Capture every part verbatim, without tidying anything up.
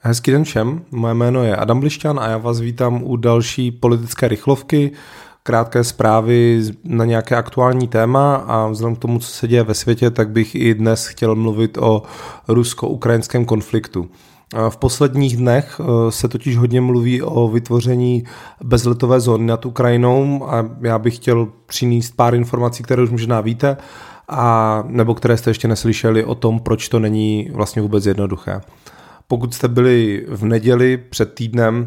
Hezký den všem, moje jméno je Adam Blišťan a já vás vítám u další politické rychlovky, krátké zprávy na nějaké aktuální téma a vzhledem k tomu, co se děje ve světě, tak bych i dnes chtěl mluvit o rusko-ukrajinském konfliktu. V posledních dnech se totiž hodně mluví o vytvoření bezletové zóny nad Ukrajinou a já bych chtěl přinést pár informací, které už možná víte, a nebo které jste ještě neslyšeli o tom, proč to není vlastně vůbec jednoduché. Pokud jste byli v neděli před týdnem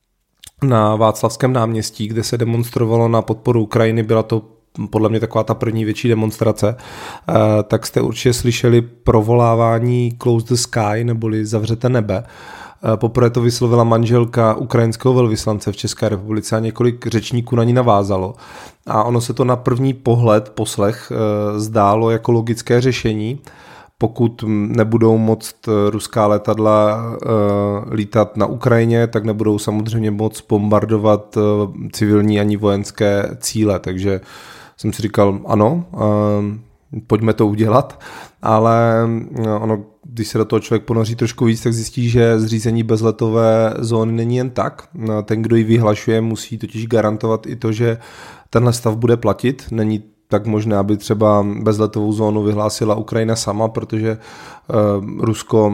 na Václavském náměstí, kde se demonstrovalo na podporu Ukrajiny, byla to podle mě taková ta první větší demonstrace, tak jste určitě slyšeli provolávání Close the Sky, neboli Zavřete nebe. Poprvé to vyslovila manželka ukrajinského velvyslance v České republice a několik řečníků na ní navázalo. A ono se to na první pohled, poslech, zdálo jako logické řešení. Pokud nebudou moct ruská letadla uh, lítat na Ukrajině, tak nebudou samozřejmě moct bombardovat uh, civilní ani vojenské cíle. Takže jsem si říkal, ano, uh, pojďme to udělat, ale uh, ono, když se do toho člověk ponoří trošku víc, tak zjistí, že zřízení bezletové zóny není jen tak. Ten, kdo ji vyhlašuje, musí totiž garantovat i to, že tenhle stav bude platit. Není tak možné, aby třeba bezletovou zónu vyhlásila Ukrajina sama, protože uh, Rusko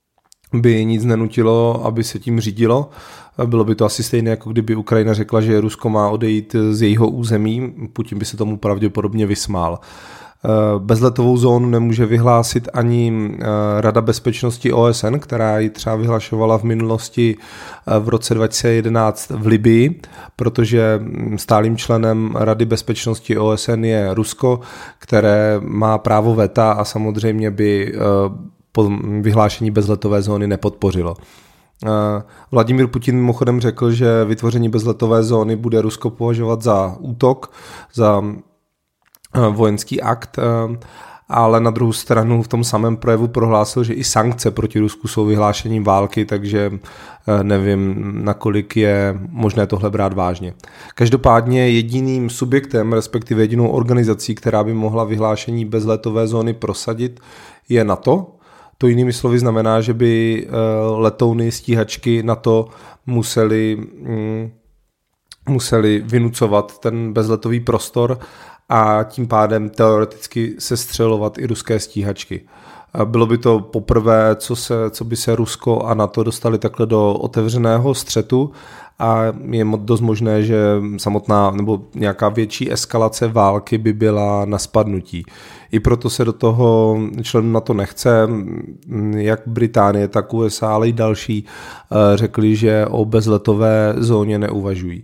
by nic nenutilo, aby se tím řídilo. Bylo by to asi stejné, jako kdyby Ukrajina řekla, že Rusko má odejít z jejího území. Putin by se tomu pravděpodobně vysmál. Bezletovou zónu nemůže vyhlásit ani Rada bezpečnosti O S N, která ji třeba vyhlašovala v minulosti v roce dva tisíce jedenáct v Libyi, protože stálým členem Rady bezpečnosti O S N je Rusko, které má právo veta a samozřejmě by po vyhlášení bezletové zóny nepodpořilo. Vladimír Putin mimochodem řekl, že vytvoření bezletové zóny bude Rusko považovat za útok, za vojenský akt, ale na druhou stranu v tom samém projevu prohlásil, že i sankce proti Rusku jsou vyhlášením války, takže nevím, nakolik je možné tohle brát vážně. Každopádně jediným subjektem, respektive jedinou organizací, která by mohla vyhlášení bezletové zóny prosadit, je NATO. To jinými slovy znamená, že by letouny, stíhačky NATO museli, museli vynucovat ten bezletový prostor a tím pádem teoreticky sestřelovat i ruské stíhačky. Bylo by to poprvé, co, se, co by se Rusko a NATO dostali takhle do otevřeného střetu a je dost možné, že samotná nebo nějaká větší eskalace války by byla na spadnutí. I proto se do toho členů NATO nechce, jak Británie, tak U S A, ale i další řekli, že o bezletové zóně neuvažují.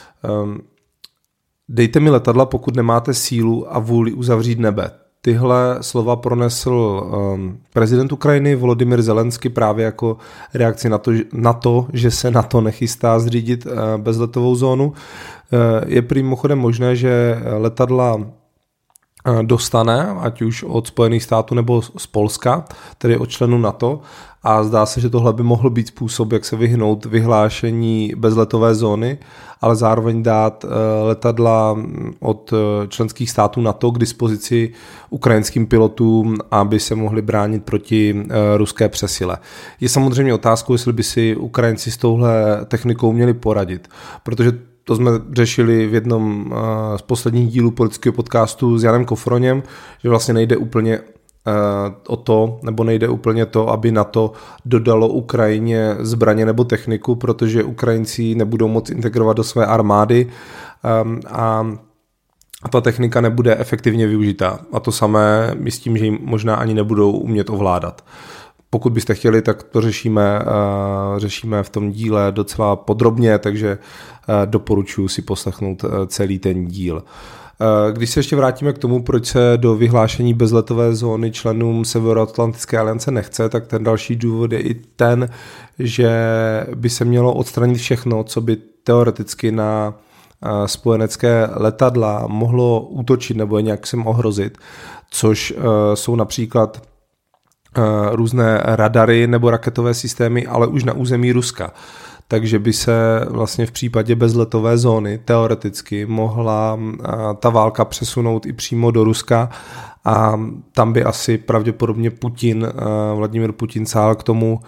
Dejte mi letadla, pokud nemáte sílu a vůli uzavřít nebe. Tyhle slova pronesl um, prezident Ukrajiny Volodymyr Zelenský právě jako reakci na to, na to, že se NATO nechystá zřídit uh, bezletovou zónu. Uh, je prý mimochodem možné, že letadla uh, dostane, ať už od Spojených států nebo z Polska, tedy od členů NATO, a zdá se, že tohle by mohl být způsob, jak se vyhnout vyhlášení bezletové zóny, ale zároveň dát letadla od členských států NATO k dispozici ukrajinským pilotům, aby se mohli bránit proti ruské přesile. Je samozřejmě otázkou, jestli by si Ukrajinci s touhle technikou měli poradit, protože to jsme řešili v jednom z posledních dílů politického podcastu s Janem Kofroněm, že vlastně nejde úplně o to, nebo nejde úplně to, aby NATO dodalo Ukrajině zbraně nebo techniku, protože Ukrajinci nebudou moct integrovat do své armády a ta technika nebude efektivně využitá. A to samé s tím, že jim možná ani nebudou umět ovládat. Pokud byste chtěli, tak to řešíme, řešíme v tom díle docela podrobně, takže doporučuji si poslechnout celý ten díl. Když se ještě vrátíme k tomu, proč se do vyhlášení bezletové zóny členům Severoatlantické aliance nechce, tak ten další důvod je i ten, že by se mělo odstranit všechno, co by teoreticky na spojenecké letadla mohlo útočit nebo je nějak sem ohrozit, což jsou například různé radary nebo raketové systémy, ale už na území Ruska. Takže by se vlastně v případě bezletové zóny teoreticky mohla ta válka přesunout i přímo do Ruska a tam by asi pravděpodobně Putin, Vladimír Putin sál k tomu,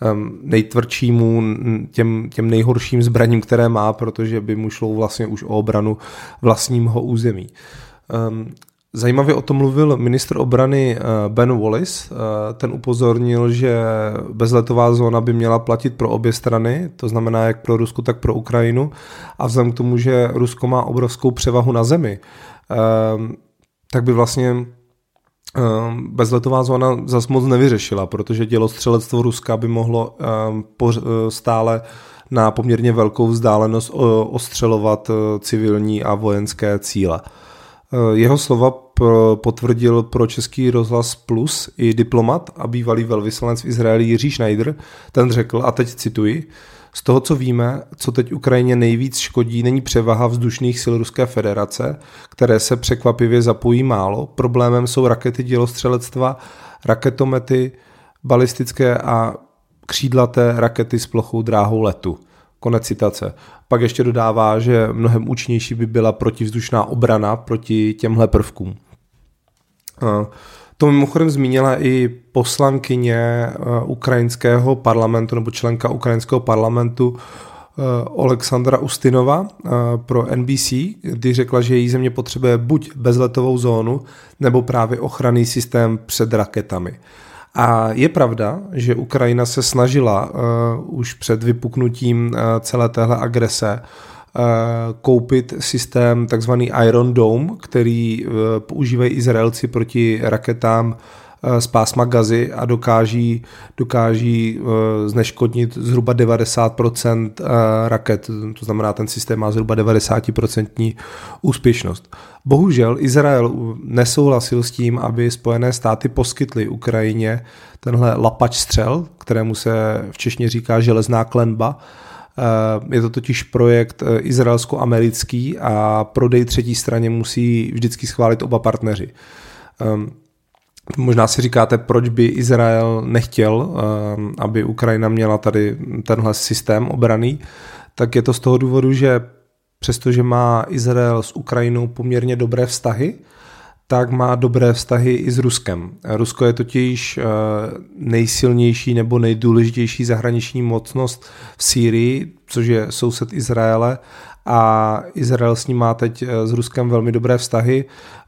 nejtvrdšímu, těm, těm nejhorším zbraním, které má, protože by mu šlo vlastně už o obranu vlastního území. Zajímavě o tom mluvil ministr obrany Ben Wallace. Ten upozornil, že bezletová zóna by měla platit pro obě strany, to znamená jak pro Rusko, tak pro Ukrajinu. A vzhledem k tomu, že Rusko má obrovskou převahu na zemi, tak by vlastně bezletová zóna zas moc nevyřešila, protože dělostřelectvo Ruska by mohlo stále na poměrně velkou vzdálenost ostřelovat civilní a vojenské cíle. Jeho slova potvrdil pro Český rozhlas Plus i diplomat a bývalý velvyslanec v Izraeli Jiří Schneider. Ten řekl, a teď cituji, z toho, co víme, co teď Ukrajině nejvíc škodí, není převaha vzdušných sil Ruské federace, které se překvapivě zapojí málo. Problémem jsou rakety dělostřelectva, raketomety, balistické a křídlaté rakety s plochou dráhou letu. Konec citace. Pak ještě dodává, že mnohem účinnější by byla protivzdušná obrana proti těmhle prvkům. To mimochodem zmínila i poslankyně ukrajinského parlamentu nebo členka ukrajinského parlamentu Oleksandra Ustinova pro N B C, kdy řekla, že její země potřebuje buď bezletovou zónu nebo právě ochranný systém před raketami. A je pravda, že Ukrajina se snažila uh, už před vypuknutím uh, celé téhle agrese uh, koupit systém takzvaný Iron Dome, který uh, používají Izraelci proti raketám uh, z pásma Gazy a dokáží, dokáží uh, zneškodnit zhruba devadesát procent uh, raket. To znamená, ten systém má zhruba devadesát procent úspěšnost. Bohužel Izrael nesouhlasil s tím, aby Spojené státy poskytly Ukrajině tenhle lapač střel, kterému se v češtině říká železná klenba. Je to totiž projekt izraelsko-americký a prodej třetí straně musí vždycky schválit oba partneři. Možná si říkáte, proč by Izrael nechtěl, aby Ukrajina měla tady tenhle systém obranný, tak je to z toho důvodu, že přestože má Izrael s Ukrajinou poměrně dobré vztahy, tak má dobré vztahy i s Ruskem. Rusko je totiž nejsilnější nebo nejdůležitější zahraniční mocnost v Sýrii, což je soused Izraele, a Izrael s ním má teď s Ruskem velmi dobré vztahy.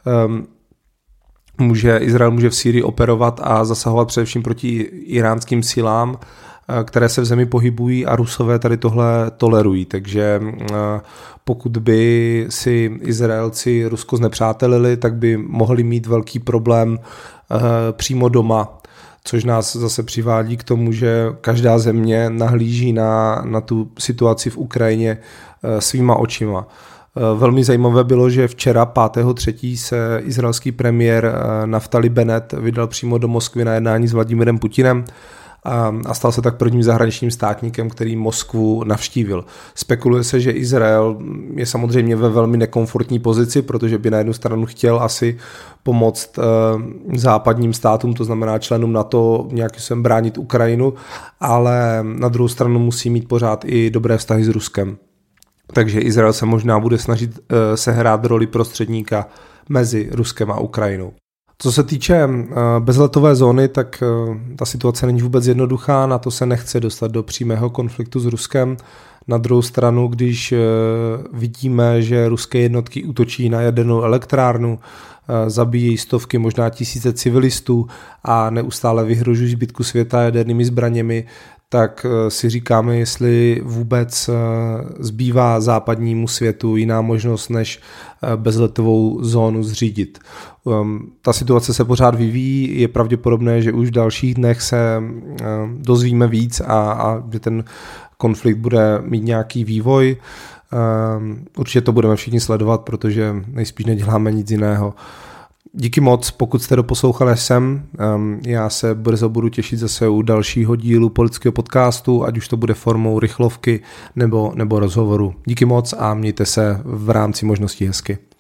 Může, Izrael může v Sýrii operovat a zasahovat především proti iránským silám, které se v zemi pohybují, a Rusové tady tohle tolerují. Takže pokud by si Izraelci Rusko znepřátelili, tak by mohli mít velký problém přímo doma, což nás zase přivádí k tomu, že každá země nahlíží na, na tu situaci v Ukrajině svýma očima. Velmi zajímavé bylo, že včera pátého třetího se izraelský premiér Naftali Bennett vydal přímo do Moskvy na jednání s Vladimirem Putinem a stal se tak prvním zahraničním státníkem, který Moskvu navštívil. Spekuluje se, že Izrael je samozřejmě ve velmi nekomfortní pozici, protože by na jednu stranu chtěl asi pomoct západním státům, to znamená členům NATO, nějakým způsobem bránit Ukrajinu, ale na druhou stranu musí mít pořád i dobré vztahy s Ruskem. Takže Izrael se možná bude snažit sehrát roli prostředníka mezi Ruskem a Ukrajinou. Co se týče bezletové zóny, tak ta situace není vůbec jednoduchá, na to se nechce dostat do přímého konfliktu s Ruskem. Na druhou stranu, když vidíme, že ruské jednotky útočí na jadernou elektrárnu, zabíjí stovky, možná tisíce civilistů a neustále vyhrožují zbytku světa jadernými zbraněmi, tak si říkáme, jestli vůbec zbývá západnímu světu jiná možnost, než bezletovou zónu zřídit. Ta situace se pořád vyvíjí, je pravděpodobné, že už v dalších dnech se dozvíme víc a, a že ten konflikt bude mít nějaký vývoj. Určitě to budeme všichni sledovat, protože nejspíš neděláme nic jiného. Díky moc, pokud jste doposlouchali sem, já se brzo budu těšit zase u dalšího dílu politického podcastu, ať už to bude formou rychlovky nebo, nebo rozhovoru. Díky moc a mějte se v rámci možností hezky.